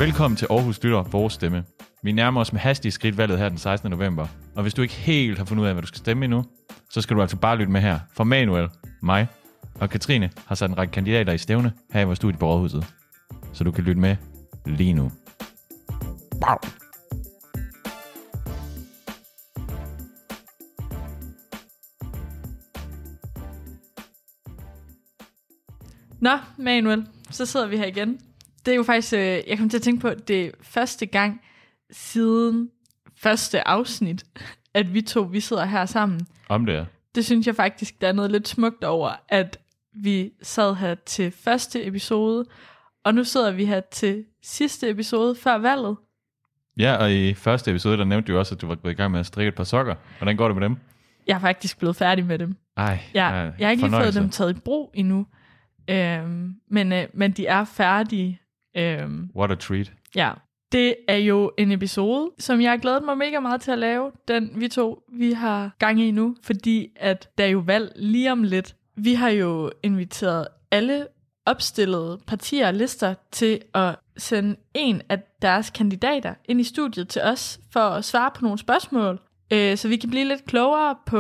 Velkommen til Aarhus Lytter, vores stemme. Vi nærmer os med hastige skridt valget her den 16. november. Og hvis du ikke helt har fundet ud af, hvad du skal stemme endnu, så skal du altså bare lytte med her. For Manuel, mig og Katrine har sat en række kandidater i stævne her i vores studie på Rådhuset. Så du kan lytte med lige nu. Wow. Nå, Manuel, så sidder vi her igen. Det er jo faktisk, jeg kom til at tænke på, det er første gang siden første afsnit, at vi sidder her sammen. Om det er. Det synes jeg faktisk, der er noget lidt smukt over, at vi sad her til første episode, og nu sidder vi her til sidste episode før valget. Ja, og i første episode, der nævnte du også, at du var gået i gang med at strikke et par sokker. Hvordan går det med dem? Jeg er faktisk blevet færdig med dem. Jeg har ikke lige fået dem taget i brug endnu. Men de er færdige. What a treat. Ja, det er jo en episode, som jeg har glædet mig mega meget til at lave. Den vi har gang i nu, fordi at der er jo valg lige om lidt. Vi har jo inviteret alle opstillede partier og lister til at sende en af deres kandidater ind i studiet til os for at svare på nogle spørgsmål, så vi kan blive lidt klogere på,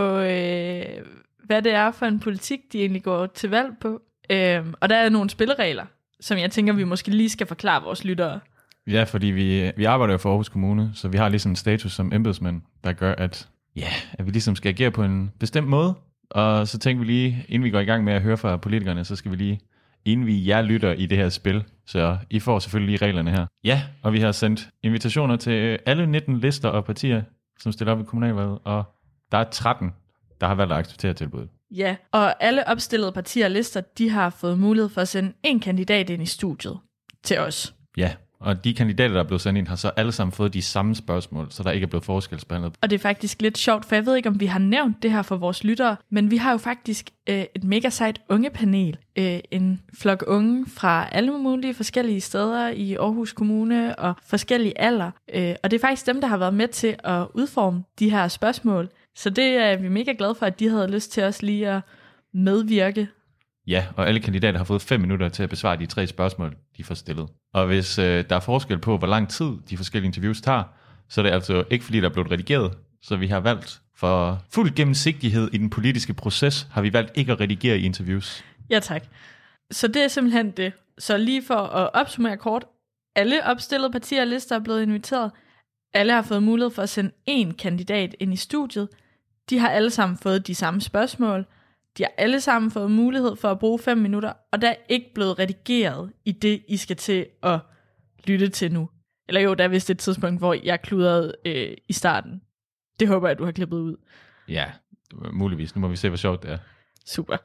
hvad det er for en politik, de egentlig går til valg på. Og der er nogle spilleregler, som jeg tænker, vi måske lige skal forklare vores lyttere. Ja, fordi vi arbejder jo for Aarhus Kommune, så vi har ligesom en status som embedsmænd, der gør, at vi ligesom skal agere på en bestemt måde. Og så tænker vi lige, inden vi går i gang med at høre fra politikerne, så skal vi lige indvie jer lytter i det her spil. Så I får selvfølgelig lige reglerne her. Ja, og vi har sendt invitationer til alle 19 lister og partier, som stiller op i kommunalvalget, og der er 13, der har valgt at acceptere tilbuddet. Ja, og alle opstillede partier og lister, de har fået mulighed for at sende en kandidat ind i studiet til os. Ja, og de kandidater, der er blevet sendt ind, har så alle sammen fået de samme spørgsmål, så der ikke er blevet forskelsbehandlet. Og det er faktisk lidt sjovt, for jeg ved ikke, om vi har nævnt det her for vores lyttere, men vi har jo faktisk et mega sejt ungepanel. En flok unge fra alle mulige forskellige steder i Aarhus Kommune og forskellige alder. Og det er faktisk dem, der har været med til at udforme de her spørgsmål. Så det er vi mega glade for, at de havde lyst til os lige at medvirke. Ja, og alle kandidater har fået 5 minutter til at besvare de 3 spørgsmål, de får stillet. Og hvis der er forskel på, hvor lang tid de forskellige interviews tager, så er det altså ikke fordi, der er blevet redigeret. Så vi har valgt for fuld gennemsigtighed i den politiske proces, har vi valgt ikke at redigere i interviews. Ja, tak. Så det er simpelthen det. Så lige for at opsummere kort. Alle opstillede partier og lister er blevet inviteret. Alle har fået mulighed for at sende én kandidat ind i studiet. De har alle sammen fået de samme spørgsmål. De har alle sammen fået mulighed for at bruge 5 minutter, og der er ikke blevet redigeret i det, I skal til at lytte til nu. Eller jo, der er vist et tidspunkt, hvor jeg kludrede i starten. Det håber jeg, du har klippet ud. Ja, muligvis. Nu må vi se, hvor sjovt det er. Super.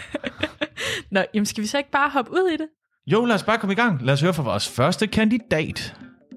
Nå, jamen skal vi så ikke bare hoppe ud i det? Jo, lad os bare komme i gang. Lad os høre fra vores første kandidat.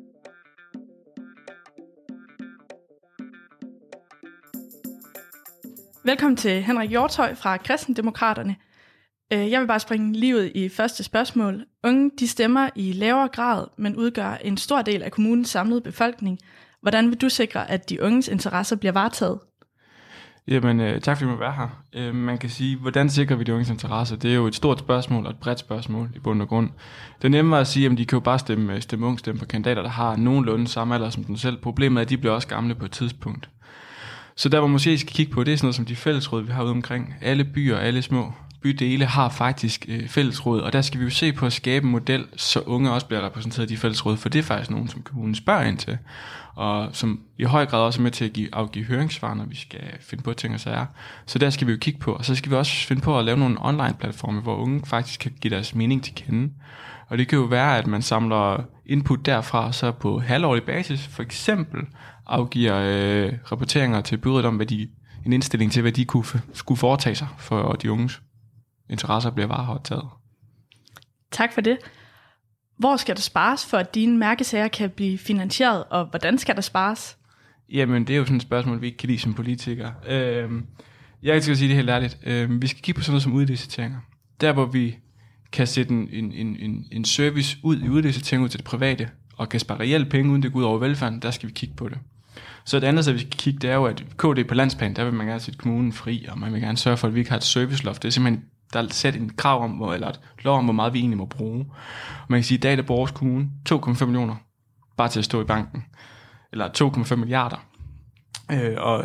Velkommen til Henrik Hjortøj fra Kristendemokraterne. Jeg vil bare springe lige ud i første spørgsmål. Unge, de stemmer i lavere grad, men udgør en stor del af kommunens samlede befolkning. Hvordan vil du sikre, at de unges interesser bliver varetaget? Jamen, tak fordi du må være her. Man kan sige, hvordan sikrer vi de unges interesser? Det er jo et stort spørgsmål og et bredt spørgsmål i bund og grund. Det er nemmere at sige, at de kan jo bare stemme på kandidater, der har nogenlunde samme alder som den selv. Problemet er, at de bliver også gamle på et tidspunkt. Så der, hvor måske skal kigge på, det er sådan noget som de fællesråd, vi har ude omkring. Alle byer og alle små bydele har faktisk fællesråd, og der skal vi jo se på at skabe en model, så unge også bliver repræsenteret i de fællesråd, for det er faktisk nogen, som kommunen spørger ind til, og som i høj grad også er med til at afgive høringssvar, når vi skal finde på ting og sager. Så der skal vi jo kigge på, og så skal vi også finde på at lave nogle online-platforme, hvor unge faktisk kan give deres mening til kende. Og det kan jo være, at man samler input derfra, så på halvårlig basis, for eksempel afgiver rapporteringer til byrådet om, en indstilling til, hvad de skulle foretage sig, for de unges interesser bliver varetaget. Tak for det. Hvor skal der spares, for at dine mærkesager kan blive finansieret, og hvordan skal der spares? Jamen, det er jo sådan et spørgsmål, vi ikke kan lide som politikere. Jeg skal sige det helt ærligt. Vi skal kigge på sådan noget som udliciteringer. Der, hvor vi kan sætte en service ud i udlicitering ud til det private, og kan spare reelle penge, uden det går ud over velfærden, der skal vi kigge på det. Så et andet, så vi skal kigge, det er jo, at KD på landsplan, der vil man gerne sætte kommunen fri, og man vil gerne sørge for, at vi ikke har et serviceloft. Det er simpelthen, der er sat en krav om, eller et lov om, hvor meget vi egentlig må bruge. Og man kan sige, at i dag er det på Aarhus Kommune 2,5 millioner bare til at stå i banken. Eller 2,5 milliarder. Og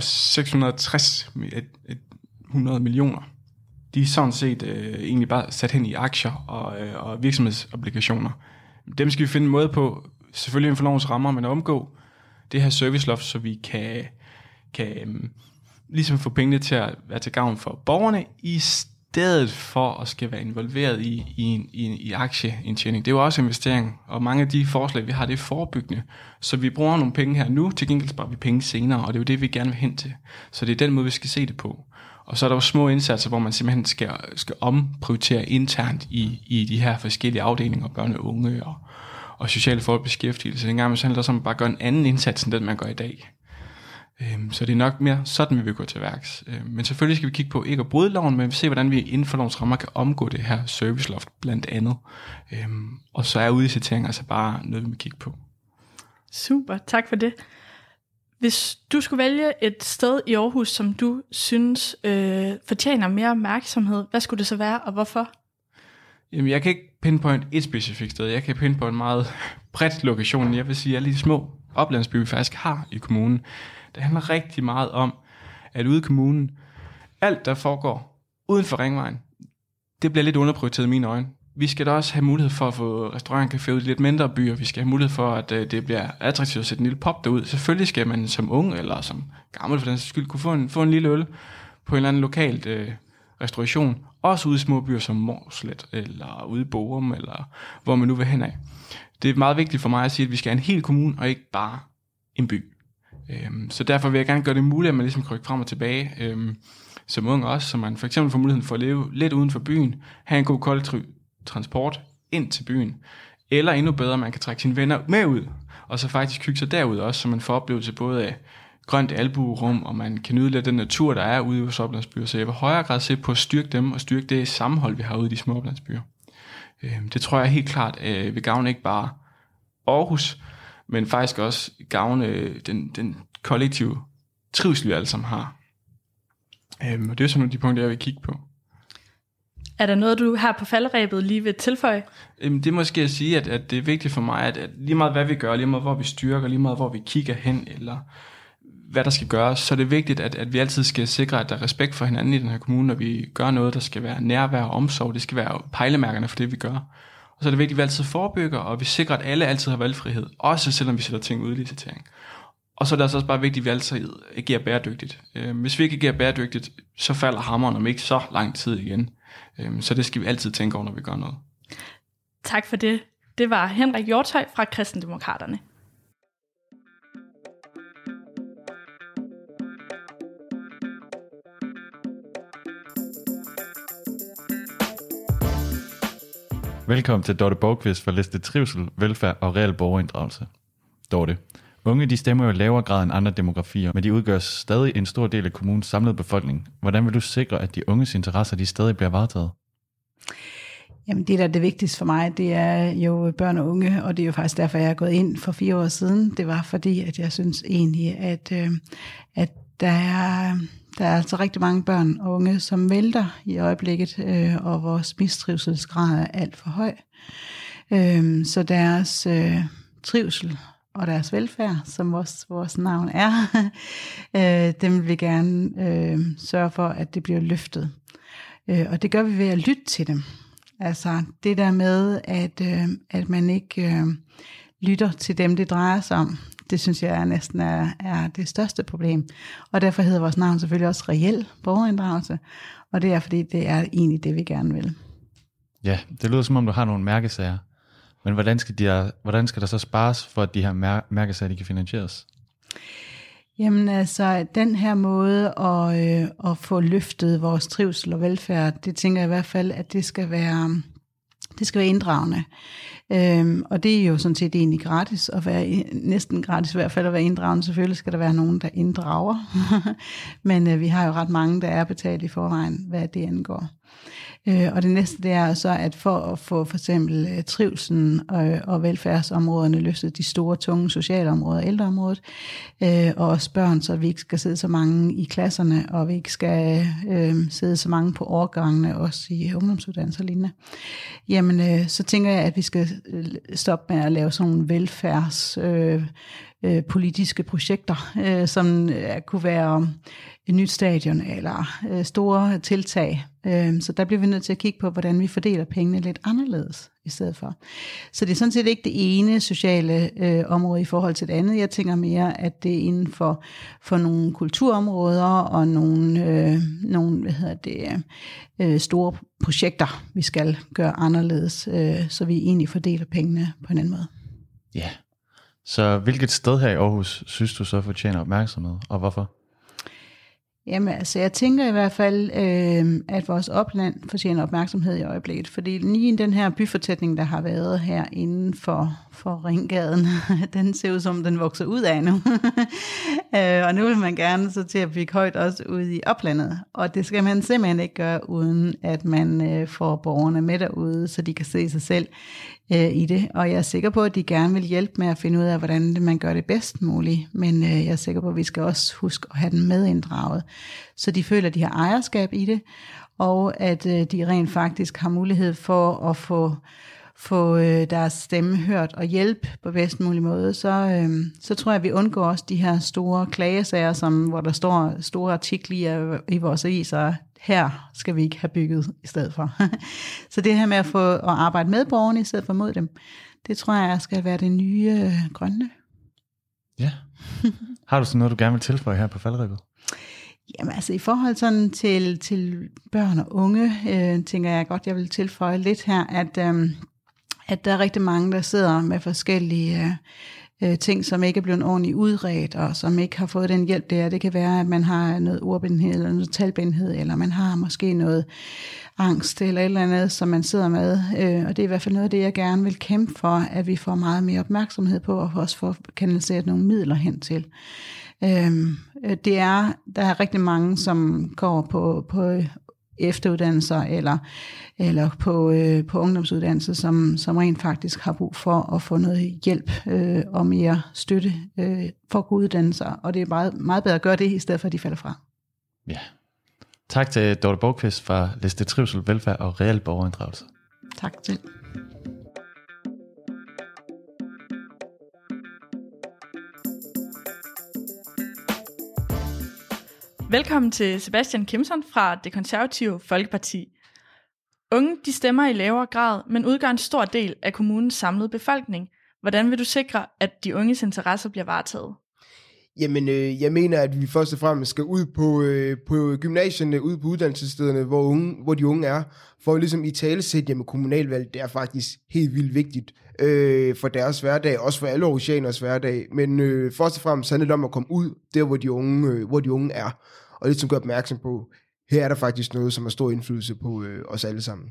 100 millioner. De er sådan set egentlig bare sat hen i aktier og virksomhedsobligationer. Dem skal vi finde en måde på, selvfølgelig inden for lovens rammer, men at omgå det her serviceloft, så vi kan ligesom få pengene til at være til gavn for borgerne, i stedet for at skal være involveret i aktieindtjening. Det er jo også investering, og mange af de forslag, vi har, det er forebyggende. Så vi bruger nogle penge her nu, til gengæld sparer vi penge senere, og det er jo det, vi gerne vil hen til. Så det er den måde, vi skal se det på. Og så er der jo små indsatser, hvor man simpelthen skal omprioritere internt i de her forskellige afdelinger, børn og unge og sociale forholdbeskæftigelse. En gang med handler det om at bare gøre en anden indsats, end den man gør i dag. Så det er nok mere sådan, vi vil gå til værks. Men selvfølgelig skal vi kigge på ikke at bryde loven, men vi se, hvordan vi inden for lovens rammer kan omgå det her serviceloft blandt andet. Og så er udlicitering altså bare noget, vi må kigge på. Super, tak for det. Hvis du skulle vælge et sted i Aarhus, som du synes fortjener mere opmærksomhed, hvad skulle det så være, og hvorfor? Jamen, jeg kan ikke pinpointe et specifikt sted. Jeg kan pinpointe en meget bredt lokation. Jeg vil sige, alle de små oplandsbyer, vi faktisk har i kommunen. Det handler rigtig meget om, at ude i kommunen, alt der foregår uden for Ringvejen, det bliver lidt underprioriteret i mine øjne. Vi skal da også have mulighed for at få restaurant og café ud i lidt mindre byer. Vi skal have mulighed for, at det bliver attraktivt at sætte en lille pop derud. Selvfølgelig skal man som ung eller som gammel for den skyld kunne få en lille øl på en eller anden lokalt restauration. Også ude i små byer som Mårslet eller ude i Borum eller hvor man nu vil hen af. Det er meget vigtigt for mig at sige, at vi skal have en hel kommune og ikke bare en by. Så derfor vil jeg gerne gøre det muligt, at man ligesom kan rykke frem og tilbage som ung også, så man for eksempel får muligheden for at leve lidt uden for byen, have en god kollektiv transport ind til byen, eller endnu bedre, man kan trække sine venner med ud, og så faktisk hygge sig derud også, så man får oplevelse både af grønt albuerum, og man kan nyde lidt den natur, der er ude i vores oplandsbyer, så jeg vil højere grad se på at styrke dem, og styrke det sammenhold, vi har ude i de små oplandsbyer. Det tror jeg helt klart vil gavne ikke bare Aarhus, men faktisk også gavne den kollektive trivsel, vi alle sammen har. Og det er sådan nogle af de punkter, jeg vil kigge på. Er der noget, du har på falderebet lige ved tilføje? Det måske at sige, at det er vigtigt for mig, at lige meget hvad vi gør, lige meget hvor vi styrker, lige meget hvor vi kigger hen, eller hvad der skal gøres, så er det vigtigt, at vi altid skal sikre, at der er respekt for hinanden i den her kommune, når vi gør noget, der skal være nærvær og omsorg. Det skal være pejlemærkerne for det, vi gør. Og så er det vigtigt, at vi altid forebygger, og vi sikrer, at alle altid har valgfrihed, også selvom vi sætter ting ud i licitering. Og så er det altså også bare vigtigt, at vi altid agerer bæredygtigt. Hvis vi ikke agerer bæredygtigt, så falder hammeren om ikke så lang tid igen. Så det skal vi altid tænke over, når vi gør noget. Tak for det. Det var Henrik Hjortøj fra Kristendemokraterne. Velkommen til Dorte Borgqvist for Liste Trivsel, Velfærd og Reel Borgerinddragelse. Dorte, unge de stemmer jo i lavere grad end andre demografier, men de udgør stadig en stor del af kommunens samlede befolkning. Hvordan vil du sikre, at de unges interesser de stadig bliver varetaget? Jamen det, der er det vigtigste for mig, det er jo børn og unge, og det er jo faktisk derfor, jeg er gået ind for 4 år siden. Det var fordi, at jeg synes egentlig, at der er altså rigtig mange børn og unge, som vælter i øjeblikket, og vores mistrivselsgrad er alt for høj. Så deres trivsel og deres velfærd, som vores navn er, dem vil vi gerne sørge for, at det bliver løftet. Og det gør vi ved at lytte til dem. Altså det der med, at man ikke lytter til dem, det drejer sig om, det synes jeg næsten er det største problem. Og derfor hedder vores navn selvfølgelig også Reel Borgerinddragelse, og det er fordi, det er egentlig det, vi gerne vil. Ja, det lyder som om, du har nogle mærkesager. Men hvordan skal der så spares, for at de her mærkesager de kan finansieres? Jamen altså, den her måde at få løftet vores trivsel og velfærd, det tænker jeg i hvert fald, at det skal være inddragende. Og det er jo sådan set egentlig gratis, at være næsten gratis i hvert fald at være inddragende. Selvfølgelig skal der være nogen, der inddrager, men vi har jo ret mange, der er betalt i forvejen, hvad det angår. Og det næste, det er så, at for at få for eksempel trivselen og velfærdsområderne løftet, de store, tunge sociale områder, ældreområdet, og også børn, så vi ikke skal sidde så mange i klasserne, og vi ikke skal sidde så mange på årgangene, også i ungdomsuddannelser og lignende. Jamen, så tænker jeg, at vi skal stoppe med at lave sådan nogle velfærds politiske projekter, som kunne være et nyt stadion eller store tiltag. Så der bliver vi nødt til at kigge på, hvordan vi fordeler pengene lidt anderledes i stedet for. Så det er sådan set ikke det ene sociale område i forhold til det andet. Jeg tænker mere, at det er inden for nogle kulturområder og nogle store projekter, vi skal gøre anderledes, så vi egentlig fordeler pengene på en anden måde. Ja. Yeah. Så hvilket sted her i Aarhus synes du så fortjener opmærksomhed, og hvorfor? Jamen altså, jeg tænker i hvert fald, at vores opland fortjener opmærksomhed i øjeblikket, fordi lige i den her byfortætning, der har været her inden for Ringgaden, den ser ud som, den vokser ud af nu. Og nu vil man gerne så til at bygge højt også ude i oplandet, og det skal man simpelthen ikke gøre, uden at man får borgerne med derude, så de kan se sig selv i det. Og jeg er sikker på, at de gerne vil hjælpe med at finde ud af, hvordan man gør det bedst muligt, men jeg er sikker på, at vi skal også huske at have dem med inddraget, så de føler, at de har ejerskab i det, og at de rent faktisk har mulighed for at få deres stemme hørt og hjælpe på bedst mulig måde, så tror jeg, at vi undgår også de her store klagesager, hvor der står store artikler i vores aviser, her skal vi ikke have bygget i stedet for. Så det her med at arbejde med borgerne i stedet for mod dem, det tror jeg skal være det nye grønne. Ja. Har du sådan noget, du gerne vil tilføje her på faldrebet? Jamen altså i forhold sådan til børn og unge, tænker jeg godt, jeg vil tilføje lidt her, at der er rigtig mange, der sidder med forskellige ting, som ikke er blevet ordentligt udredt, og som ikke har fået den hjælp der. Det kan være, at man har noget ordblindhed, eller noget talblindhed, eller man har måske noget angst, eller et eller andet, som man sidder med. Og det er i hvert fald noget af det, jeg gerne vil kæmpe for, at vi får meget mere opmærksomhed på, og også får kanaliseret nogle midler hen til. Der er rigtig mange, som går på efteruddannelser eller på ungdomsuddannelser, som rent faktisk har brug for at få noget hjælp og mere støtte for at kunne uddanne sig. Og det er meget, meget bedre at gøre det, i stedet for at de falder fra. Ja. Tak til Dorte Borgqvist fra Liste Trivsel, Velfærd og Reel Borgerinddragelse. Tak til. Velkommen til Sebastian Kimson fra Det Konservative Folkeparti. Unge, de stemmer i lavere grad, men udgør en stor del af kommunens samlede befolkning. Hvordan vil du sikre, at de unges interesser bliver varetaget? Jamen, jeg mener, at vi først og fremmest skal ud på gymnasierne, ud på uddannelsesstederne, hvor de unge er, for ligesom i talesæt, jamen kommunalvalg, det er faktisk helt vildt vigtigt for deres hverdag, også for alle aarhusianers hverdag, men først og fremmest handler det om at komme ud, der hvor de unge er, og ligesom gøre opmærksom på, her er der faktisk noget, som har stor indflydelse på os alle sammen.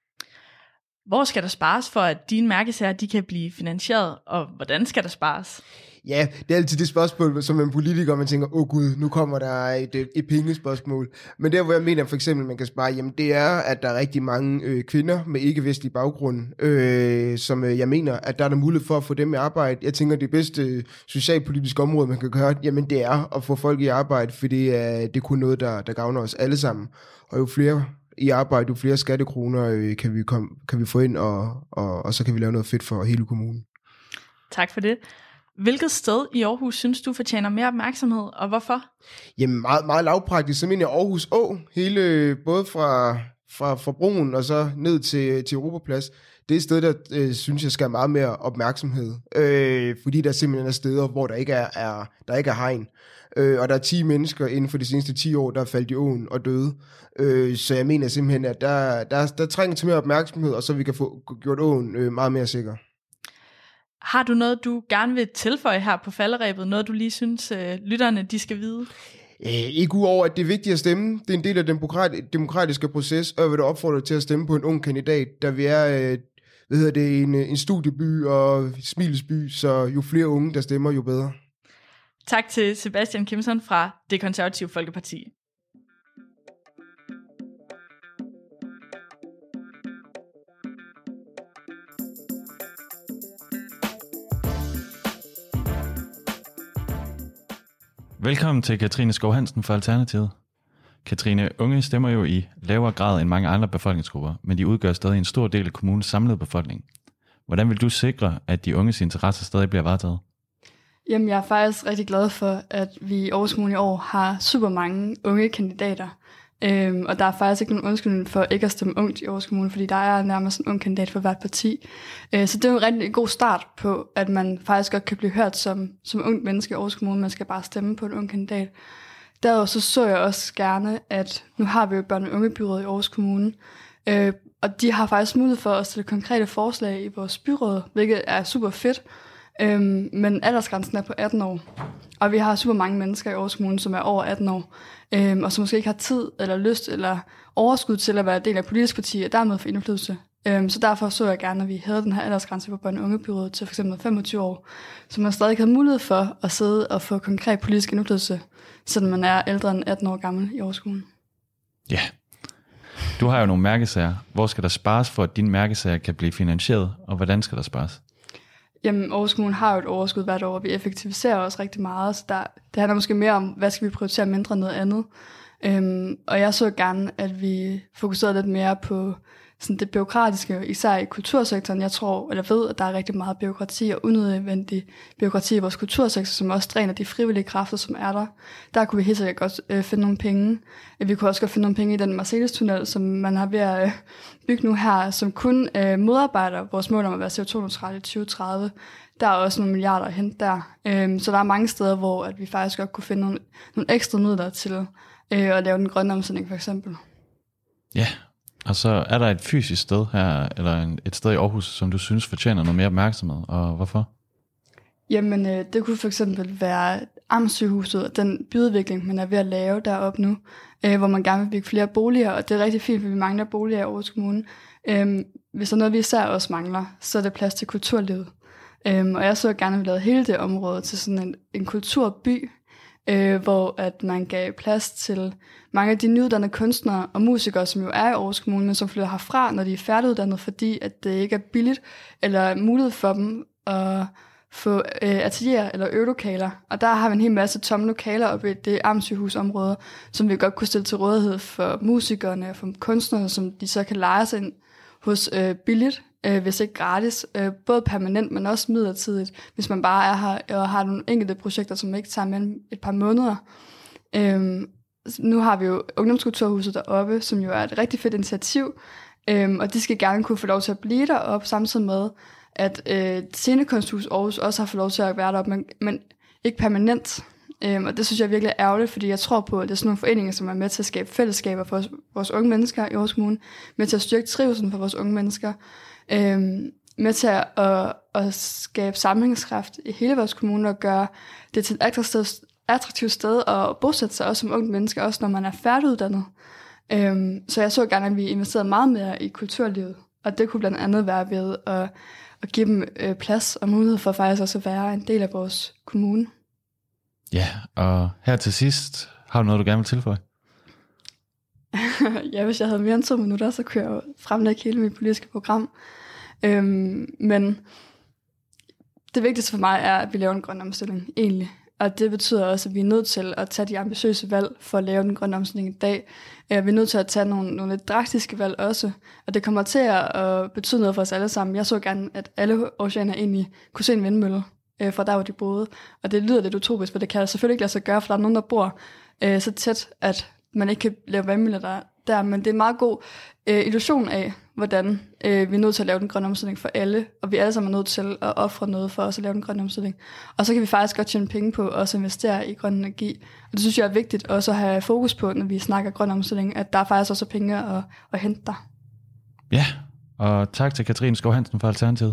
Hvor skal der spares for, at dine mærkesager de kan blive finansieret, og hvordan skal der spares? Ja, det er altid det spørgsmål, som en politiker, man tænker, gud, nu kommer der et pengespørgsmål. Men der, hvor jeg mener for eksempel, man kan spare, jamen det er, at der er rigtig mange kvinder med ikke-vestlig baggrund, som jeg mener, at der er mulighed for at få dem i arbejde. Jeg tænker, det bedste socialpolitiske område, man kan gøre, jamen det er at få folk i arbejde, for det er kun noget, der gavner os alle sammen. Og jo flere i arbejde, jo flere skattekroner kan vi få ind, og så kan vi lave noget fedt for hele kommunen. Tak for det. Hvilket sted i Aarhus synes du fortjener mere opmærksomhed, og hvorfor? Jamen meget, meget lavpraktisk, så mener jeg Aarhus Å, både fra broen og så ned til Europaplads. Det er et sted, der synes jeg skal have meget mere opmærksomhed, fordi der simpelthen er steder, hvor der ikke er hegn. Og der er 10 mennesker inden for de seneste 10 år, der er faldet i åen og døde. Så jeg mener simpelthen, at der trænger til mere opmærksomhed, og så vi kan få gjort åen meget mere sikker. Har du noget, du gerne vil tilføje her på falderebet? Noget, du lige synes, lytterne de skal vide? Ikke uover, at det er vigtigt at stemme. Det er en del af den demokratiske proces, og jeg vil da opfordre til at stemme på en ung kandidat, der vi er en studieby og smilesby, så jo flere unge, der stemmer, jo bedre. Tak til Sebastian Kimson fra Det Konservative Folkeparti. Velkommen til Katrine Skov Hansen fra Alternativet. Katrine, unge stemmer jo i lavere grad end mange andre befolkningsgrupper, men de udgør stadig en stor del af kommunens samlede befolkning. Hvordan vil du sikre, at de unges interesser stadig bliver varetaget? Jamen, jeg er faktisk rigtig glad for, at vi i Aarhus Kommune i år har super mange unge kandidater. Og der er faktisk ikke nogen undskyldning for ikke at stemme ungt i Aarhus Kommune, fordi der er nærmest en ung kandidat for hvert parti. Så det er jo en rigtig god start på, at man faktisk godt kan blive hørt som ung menneske i Aarhus Kommune. Man skal bare stemme på en ung kandidat. Derudover så jeg også gerne, at nu har vi jo børne- og ungebyrådet i Aarhus Kommune, og de har faktisk mulighed for at stille konkrete forslag i vores byråd, hvilket er super fedt. Men aldersgrænsen er på 18 år, og vi har super mange mennesker i Aarhus Kommune, som er over 18 år, og som måske ikke har tid eller lyst eller overskud til at være del af et politisk parti, og dermed få indflydelse. Så derfor så jeg gerne, at vi havde den her aldersgrænse på børne- og ungebyrådet til f.eks. 25 år, så man stadig har mulighed for at sidde og få konkret politisk indflydelse, selvom man er ældre end 18 år gammel i Aarhus Kommune. Ja. Du har jo nogle mærkesager. Hvor skal der spares for, at dine mærkesager kan blive finansieret, og hvordan skal der spares? Jamen, Aarhus Kommune har jo et overskud hvert år, og vi effektiviserer også rigtig meget, så det handler måske mere om, hvad skal vi prioritere mindre end noget andet. Og jeg så gerne, at vi fokuserede lidt mere på sådan det bureaukratiske, især i kultursektoren. Jeg tror, eller ved, at der er rigtig meget bureaukrati og unødvendigt bureaukrati i vores kultursektor, som også dræner de frivillige kræfter, som er der. Der kunne vi helt sikkert godt finde nogle penge. Vi kunne også godt finde nogle penge i den Marseilles-tunnel, som man har ved at bygge nu her, som kun modarbejder vores mål om at være CO2-neutral i 2030. Der er også nogle milliarder at hente der. Så der er mange steder, hvor at vi faktisk godt kunne finde nogle ekstra midler til at lave den grønne omstilling, for eksempel. Ja. Og så er der et fysisk sted her, eller et sted i Aarhus, som du synes fortjener noget mere opmærksomhed, og hvorfor? Jamen, det kunne for eksempel være Amtssygehuset og den byudvikling, man er ved at lave deroppe nu, hvor man gerne vil bygge flere boliger, og det er rigtig fint, for vi mangler boliger i Aarhus Kommune. Hvis der er noget, vi især også mangler, så er det plads til kulturlivet. Og jeg så gerne, at vi lavede hele det område til sådan en kulturby, hvor at man gav plads til mange af de nyuddannede kunstnere og musikere, som jo er i Aarhus Kommune, men som flytter herfra, når de er færdiguddannede, fordi at det ikke er billigt eller mulighed for dem at få atelierer eller øvelokaler. Og der har vi en hel masse tomme lokaler oppe i det Amtssygehusområde, som vi godt kunne stille til rådighed for musikerne og for kunstnere, som de så kan leje sig ind hos billigt, hvis ikke gratis, både permanent, men også midlertidigt, hvis man bare er her og har nogle enkelte projekter, som ikke tager mellem et par måneder. Nu har vi jo Ungdomskulturhuset deroppe, som jo er et rigtig fedt initiativ, og de skal gerne kunne få lov til at blive deroppe, samtidig med, at Scenekunsthus Aarhus også har fået lov til at være deroppe, men ikke permanent. Og det synes jeg er virkelig ærgerligt, fordi jeg tror på, at det er sådan nogle foreninger, som er med til at skabe fællesskaber for vores unge mennesker i Aarhus Kommune, med til at styrke trivselen for vores unge mennesker, med til at skabe sammenhængskraft i hele vores kommune og gøre det til et attraktivt sted at bosætte sig også som unge mennesker, også når man er færdiguddannet. Så jeg så gerne, at vi investerede meget mere i kulturlivet, og det kunne blandt andet være ved at give dem plads og mulighed for faktisk også at være en del af vores kommune. Ja, og her til sidst, har du noget, du gerne vil tilføje? Ja, hvis jeg havde mere end 2 minutter, så kunne jeg jo fremlægge hele mit politiske program. Men det vigtigste for mig er, at vi laver en grøn omstilling, egentlig. Og det betyder også, at vi er nødt til at tage de ambitiøse valg for at lave den grønne omstilling i dag. Vi er nødt til at tage nogle lidt drastiske valg også, og det kommer til at betyde noget for os alle sammen. Jeg så gerne, at alle oceaner egentlig kunne se en vindmølle fra der, hvor de boede. Og det lyder lidt utopisk, for det kan selvfølgelig ikke lade sig gøre, for der er nogen, der bor så tæt, at man ikke kan lave vandmøller der. Men det er en meget god illusion af, hvordan vi er nødt til at lave den grønne omstilling for alle, og vi alle sammen er nødt til at ofre noget for os at lave den grønne omstilling. Og så kan vi faktisk godt tjene penge på at investere i grøn energi. Og det synes jeg er vigtigt også at have fokus på, når vi snakker grøn omstilling, at der faktisk også er penge at hente der. Ja, og tak til Katrine Skov Hansen fra Alternativet.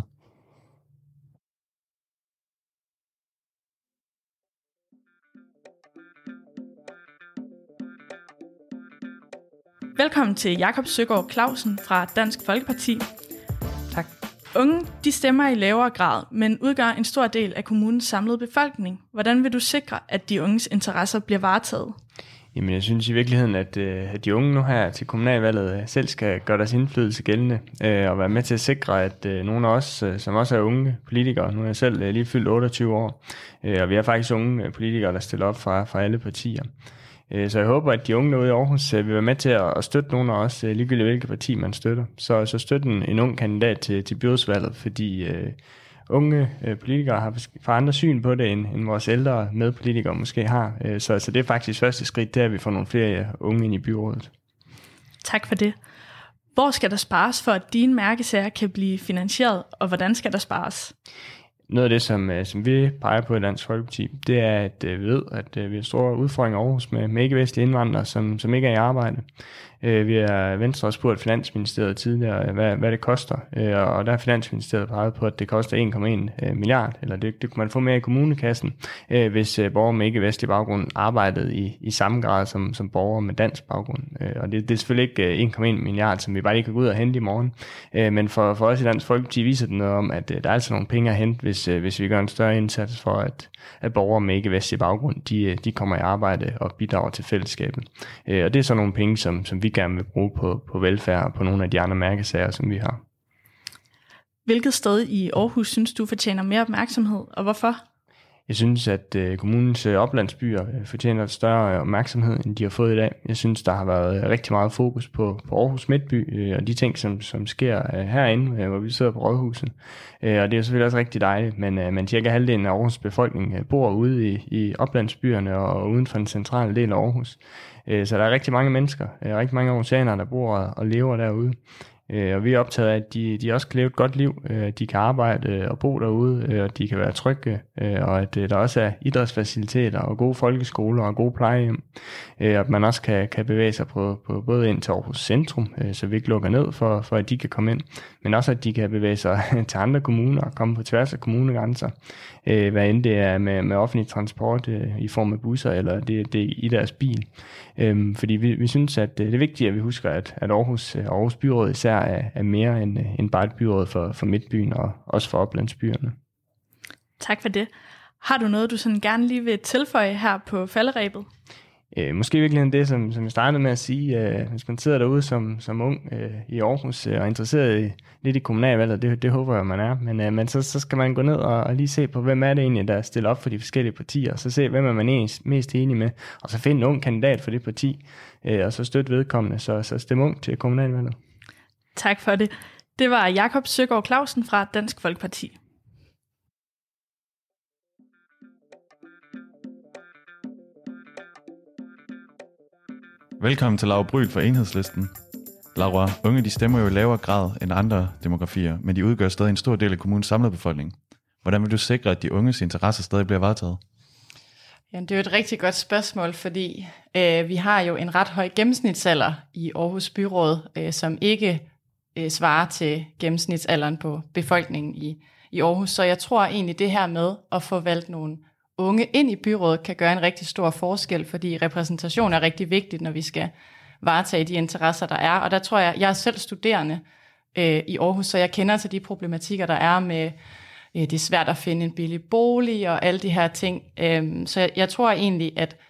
Velkommen til Jakob Søgaard Clausen fra Dansk Folkeparti. Tak. Unge, de stemmer i lavere grad, men udgør en stor del af kommunens samlede befolkning. Hvordan vil du sikre, at de unges interesser bliver varetaget? Jamen, jeg synes i virkeligheden, at de unge nu her til kommunalvalget selv skal gøre deres indflydelse gældende og være med til at sikre, at nogle af os, som også er unge politikere, nu er jeg selv lige fyldt 28 år, og vi er faktisk unge politikere, der stiller op fra alle partier. Så jeg håber, at de unge derude i Aarhus vil være med til at støtte nogle af os, ligegyldigt hvilket parti man støtter. Så støtte en ung kandidat til byrådsvalget, fordi unge politikere har andre syn på det, end vores ældre medpolitikere måske har. Så det er faktisk første skridt, der vi får nogle flere unge ind i byrådet. Tak for det. Hvor skal der spares for, at dine mærkesager kan blive finansieret, og hvordan skal der spares? Noget af det, som vi peger på i Dansk Folkeparti, det er, at vi ved, at vi har store udfordringer i Aarhus med ikke-vestlige indvandrere, som ikke er i arbejde. Vi har Venstre også spurgt Finansministeriet tidligere, hvad det koster, og der har Finansministeriet peget på, at det koster 1,1 milliard, eller det kunne man få mere i kommunekassen, hvis borgere med ikke-vestlig baggrund arbejdede i samme grad som borgere med dansk baggrund. Og det er selvfølgelig ikke 1,1 milliard, som vi bare lige kan gå ud og hente i morgen, men for os i Dansk Folkeparti viser det noget om, at der er altså nogle penge at hente, hvis vi gør en større indsats for, at borgere med ikke-vestlig baggrund, de kommer i arbejde og bidrager til fællesskabet. Og det er så nogle penge, som vi gerne vil bruge på velfærd og på nogle af de andre mærkesager, som vi har. Hvilket sted i Aarhus synes du fortjener mere opmærksomhed, og hvorfor? Jeg synes, at kommunens oplandsbyer fortjener større opmærksomhed, end de har fået i dag. Jeg synes, der har været rigtig meget fokus på Aarhus Midtby og de ting, som sker herinde, hvor vi sidder på Rådhuset. Og det er selvfølgelig også rigtig dejligt, men cirka halvdelen af Aarhus befolkning bor ude i oplandsbyerne og uden for den centrale del af Aarhus. Så der er rigtig mange mennesker, rigtig mange aarhusianere, der bor og lever derude. Og vi er optaget af, at de også kan leve et godt liv, de kan arbejde og bo derude, og de kan være trygge, og at der også er idrætsfaciliteter og gode folkeskoler og gode plejehjem. At man også kan bevæge sig på både ind til Aarhus Centrum, så vi ikke lukker ned for at de kan komme ind, men også at de kan bevæge sig til andre kommuner og komme på tværs af kommunegrænser. Hvad end det er med offentlig transport i form af busser, eller det er i deres bil. Fordi vi synes, at det er vigtigt, at vi husker, at Aarhus Byråd især er mere end bare et byråd for Midtbyen og også for oplandsbyerne. Tak for det. Har du noget, du sådan gerne lige vil tilføje her på falderebet? Måske virkelig det, som jeg startede med at sige, hvis man sidder derude som ung i Aarhus og er interesseret lidt i kommunalvalget, det håber jeg, man er, men så skal man gå ned og lige se på, hvem er det egentlig, der stiller op for de forskellige partier, og så se, hvem er man mest enig med, og så finde en ung kandidat for det parti, og så støtte vedkommende, så stem ung til kommunalvalget. Tak for det. Det var Jakob Søgaard Clausen fra Dansk Folkeparti. Velkommen til Laura Bryl fra Enhedslisten. Laura, unge de stemmer jo i lavere grad end andre demografier, men de udgør stadig en stor del af kommunens samlede befolkning. Hvordan vil du sikre, at de unges interesser stadig bliver varetaget? Ja, det er jo et rigtig godt spørgsmål, fordi vi har jo en ret høj gennemsnitsalder i Aarhus Byråd, som ikke svarer til gennemsnitsalderen på befolkningen i Aarhus. Så jeg tror egentlig, det her med at få valgt nogle unge ind i byrådet kan gøre en rigtig stor forskel, fordi repræsentation er rigtig vigtigt, når vi skal varetage de interesser, der er. Og der tror jeg er selv studerende i Aarhus, så jeg kender til de problematikker, der er med, det er svært at finde en billig bolig og alle de her ting. Så jeg tror egentlig,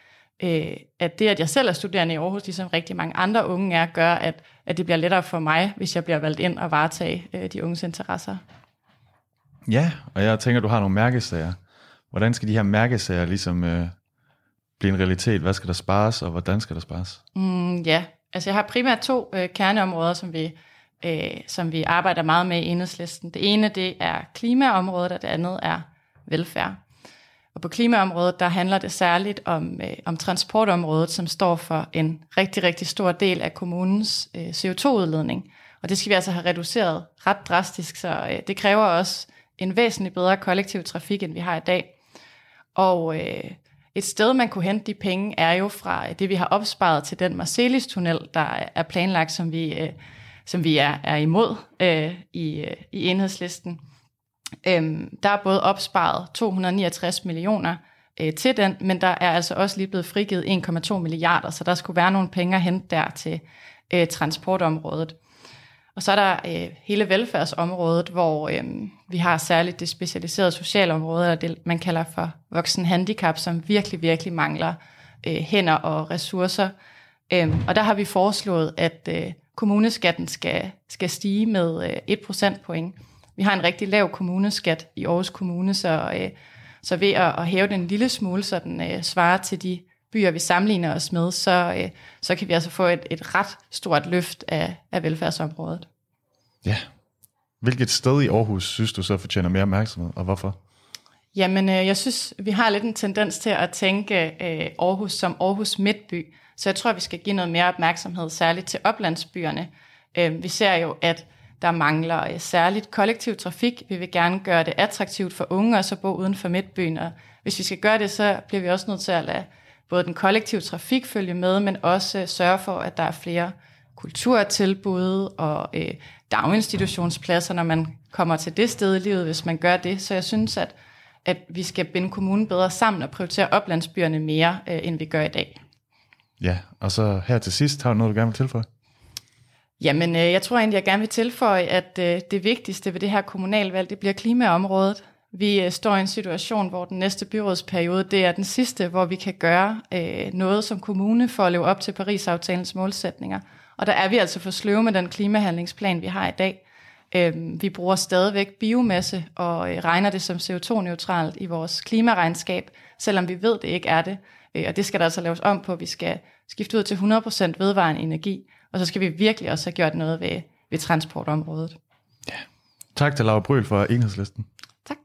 at det, at jeg selv er studerende i Aarhus, ligesom rigtig mange andre unge er, gør, at det bliver lettere for mig, hvis jeg bliver valgt ind og varetage de unges interesser. Ja, og jeg tænker, du har nogle mærkesager. Hvordan skal de her mærkesager ligesom blive en realitet? Hvad skal der spares, og hvordan skal der spares? Ja, altså jeg har primært 2 kerneområder, som vi arbejder meget med i Enhedslisten. Det ene, det er klimaområdet, og det andet er velfærd. Og på klimaområdet, der handler det særligt om transportområdet, som står for en rigtig, rigtig stor del af kommunens CO2-udledning. Og det skal vi altså have reduceret ret drastisk, så det kræver også en væsentlig bedre kollektiv trafik, end vi har i dag. Og et sted, man kunne hente de penge, er jo fra det, vi har opsparet til den Marselis-tunnel, der er planlagt, som vi er imod i Enhedslisten. Der er både opsparet 269 millioner til den, men der er altså også lige blevet frigivet 1,2 milliarder, så der skulle være nogle penge at hente der til transportområdet. Og så er der hele velfærdsområdet, hvor vi har særligt det specialiserede socialområde, eller det man kalder for voksenhandicap, som virkelig, virkelig mangler hænder og ressourcer. Og der har vi foreslået, at kommuneskatten skal stige med 1 procentpoint. Vi har en rigtig lav kommuneskat i Aarhus Kommune, så ved at hæve den en lille smule, så den svarer til de byer, vi sammenligner os med, så kan vi altså få et ret stort løft af velfærdsområdet. Ja. Hvilket sted i Aarhus synes du så fortjener mere opmærksomhed, og hvorfor? Jamen, jeg synes, vi har lidt en tendens til at tænke Aarhus som Aarhus Midtby, så jeg tror, vi skal give noget mere opmærksomhed, særligt til oplandsbyerne. Vi ser jo, at der mangler særligt kollektiv trafik. Vi vil gerne gøre det attraktivt for unge også at bo uden for midtbyen, og hvis vi skal gøre det, så bliver vi også nødt til at lade både den kollektive trafik følge med, men også sørge for, at der er flere kulturtilbud og daginstitutionspladser, når man kommer til det sted i livet, hvis man gør det. Så jeg synes, at vi skal binde kommunen bedre sammen og prioritere oplandsbyerne mere, end vi gør i dag. Ja, og så her til sidst, har du noget, du gerne vil tilføje? Jamen, jeg tror egentlig, jeg gerne vil tilføje, at det vigtigste ved det her kommunalvalg, det bliver klimaområdet. Vi står i en situation, hvor den næste byrådsperiode, det er den sidste, hvor vi kan gøre noget som kommune for at leve op til Paris-aftalens målsætninger. Og der er vi altså for sløve med den klimahandlingsplan, vi har i dag. Vi bruger stadigvæk biomasse og regner det som CO2-neutralt i vores klimaregnskab, selvom vi ved, det ikke er det. Og det skal der altså laves om på. Vi skal skifte ud til 100% vedvarende energi, og så skal vi virkelig også have gjort noget ved transportområdet. Ja. Tak til Laura Brühl for Enhedslisten. Tak.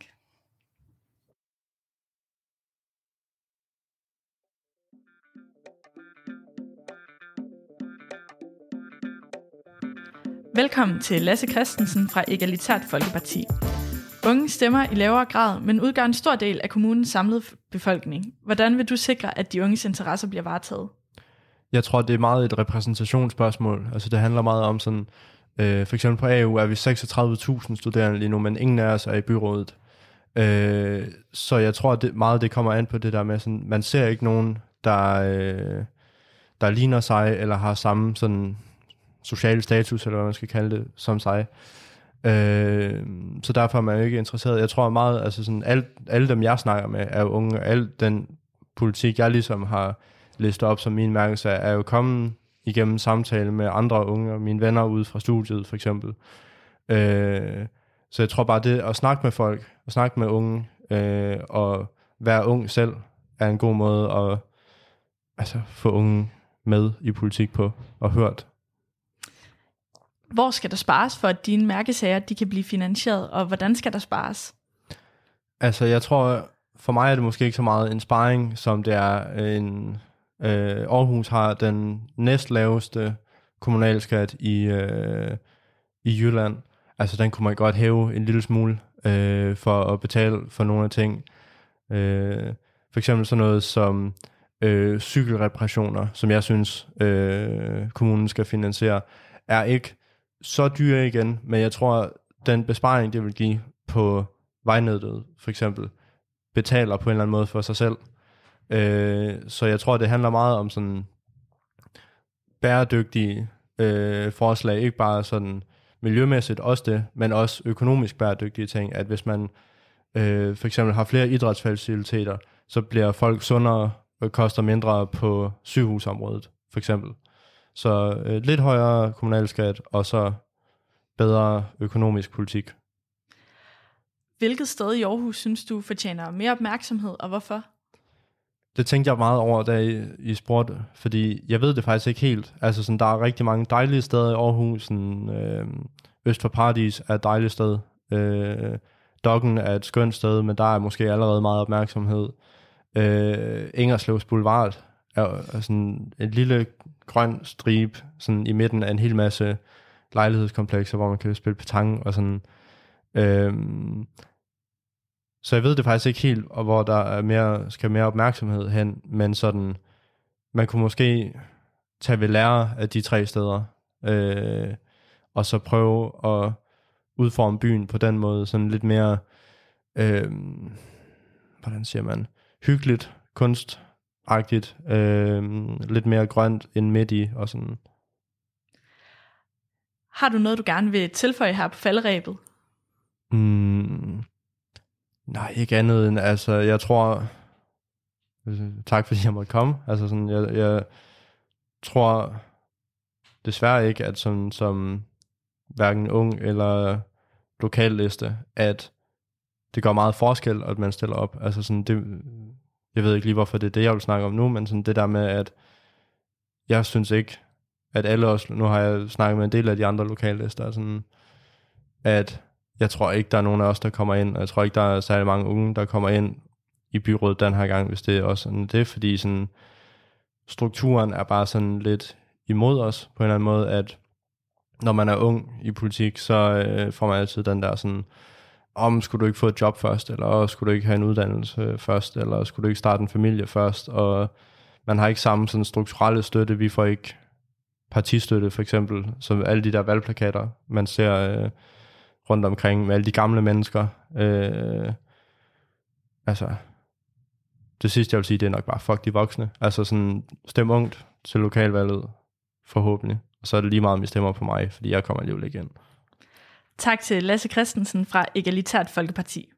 Velkommen til Lasse Christensen fra Egalitært Folkeparti. Unge stemmer i lavere grad, men udgør en stor del af kommunens samlede befolkning. Hvordan vil du sikre, at de unges interesser bliver varetaget? Jeg tror, det er meget et repræsentationsspørgsmål. Altså det handler meget om sådan, for eksempel på AU er vi 36.000 studerende lige nu, men ingen af os er i byrådet. Så jeg tror, at meget det kommer an på det der med, sådan, man ser ikke nogen, der ligner sig, eller har samme sådan social status, eller hvad man skal kalde det, som sig. Så derfor er man jo ikke interesseret. Jeg tror meget, altså sådan, alle dem, jeg snakker med, er jo unge, og al den politik, jeg ligesom har listet op som min mærkelse, er jo kommet igennem samtale med andre unge, og mine venner ude fra studiet, for eksempel. Så jeg tror bare, det at snakke med folk, og snakke med unge, og være ung selv, er en god måde at få unge med i politik på, og hørt. Hvor skal der spares for, at dine mærkesager de kan blive finansieret, og hvordan skal der spares? Altså, jeg tror, for mig er det måske ikke så meget en sparing, som det er en... Aarhus har den næstlaveste kommunalskat i Jylland. Altså, den kunne man godt hæve en lille smule for at betale for nogle af ting. For eksempel sådan noget som cykelreparationer, som jeg synes, kommunen skal finansiere, er ikke så dyre igen, men jeg tror, den besparing, det vil give på vejnettet, for eksempel, betaler på en eller anden måde for sig selv. Så jeg tror, det handler meget om sådan bæredygtige forslag, ikke bare sådan miljømæssigt også det, men også økonomisk bæredygtige ting, at hvis man for eksempel har flere idrætsfaciliteter, så bliver folk sundere og koster mindre på sygehusområdet, for eksempel. Så lidt højere kommunalskat, og så bedre økonomisk politik. Hvilket sted i Aarhus synes du fortjener mere opmærksomhed, og hvorfor? Det tænkte jeg meget over, da I spurgte, fordi jeg ved det faktisk ikke helt. Altså sådan, der er rigtig mange dejlige steder i Aarhus. Øst for Paradis er et dejligt sted. Dokken er et skønt sted, men der er måske allerede meget opmærksomhed. Ingerslevs Boulevard er sådan en lille grøn stribe sådan i midten af en hel masse lejlighedskomplekser, hvor man kan spille petanque og sådan. Så jeg ved det faktisk ikke helt, og hvor der er skal mere opmærksomhed hen, men sådan, man kunne måske tage ved lære af de 3 steder, og så prøve at udforme byen på den måde, sådan lidt mere, hvordan siger man, hyggeligt, kunstagtigt, lidt mere grønt end midt i, og sådan. Har du noget, du gerne vil tilføje her på falderebet? Nej, ikke andet end, altså, jeg tror, Tak fordi jeg måtte komme. Altså sådan, jeg tror desværre ikke, at som hverken ung eller lokalliste, at det gør meget forskel, at man stiller op. Altså sådan, jeg ved ikke lige, hvorfor det er det, jeg vil snakke om nu, men sådan det der med, at jeg synes ikke, at alle os, nu har jeg snakket med en del af de andre lokallister, sådan, at jeg tror ikke, der er nogen af os, der kommer ind, og jeg tror ikke, der er særlig mange unge, der kommer ind i byrådet den her gang, hvis det er også sådan det, fordi sådan, strukturen er bare sådan lidt imod os, på en eller anden måde, at når man er ung i politik, så får man altid den der sådan, skulle du ikke få et job først, eller skulle du ikke have en uddannelse først, eller skulle du ikke starte en familie først, og man har ikke samme sådan strukturelle støtte, vi får ikke partistøtte for eksempel, som alle de der valgplakater, man ser rundt omkring med alle de gamle mennesker. Altså, det sidste jeg vil sige, det er nok bare fuck de voksne. Altså sådan, stem ungt til lokalvalget, forhåbentlig. Og så er det lige meget, om I stemmer på mig, fordi jeg kommer alligevel igen. Tak til Lasse Christensen fra Egalitært Folkeparti.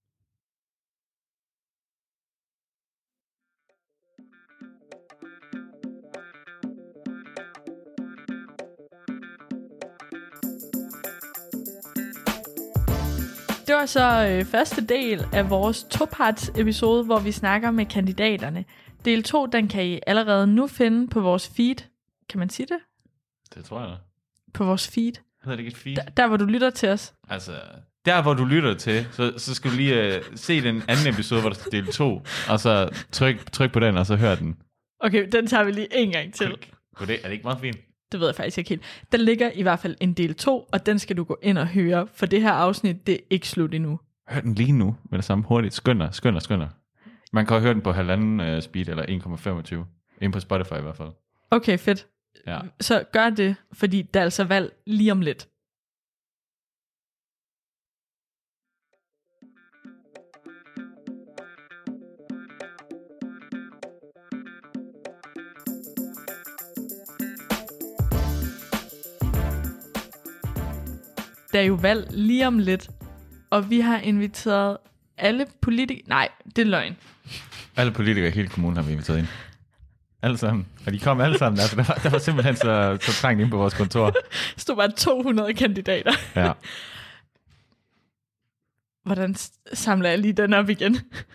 Det var så første del af vores toparts episode, hvor vi snakker med kandidaterne. Del 2, den kan I allerede nu finde på vores feed. Kan man sige det? Det tror jeg da. På vores feed. Hedder det ikke et feed? Der hvor du lytter til os. Altså, der hvor du lytter til, så skal du lige se den anden episode, hvor der står del 2, og så tryk på den, og så hør den. Okay, den tager vi lige en gang til. Er det ikke meget fint? Det ved jeg faktisk ikke helt. Der ligger i hvert fald en del 2, og den skal du gå ind og høre, for det her afsnit, det er ikke slut endnu. Hør den lige nu, med det samme hurtigt. Skynd dig. Man kan høre den på 1,5 speed, eller 1,25. Ind på Spotify i hvert fald. Okay, fedt. Ja. Så gør det, fordi der er altså valg lige om lidt. Der er jo valg lige om lidt, og vi har inviteret alle politikere... Nej, det er løgn. Alle politikere i hele kommunen har vi inviteret ind. Alle sammen. Og de kom alle sammen. Altså, der var simpelthen så trængt ind på vores kontor. Der stod bare 200 kandidater. Ja. Hvordan samler jeg lige den op igen?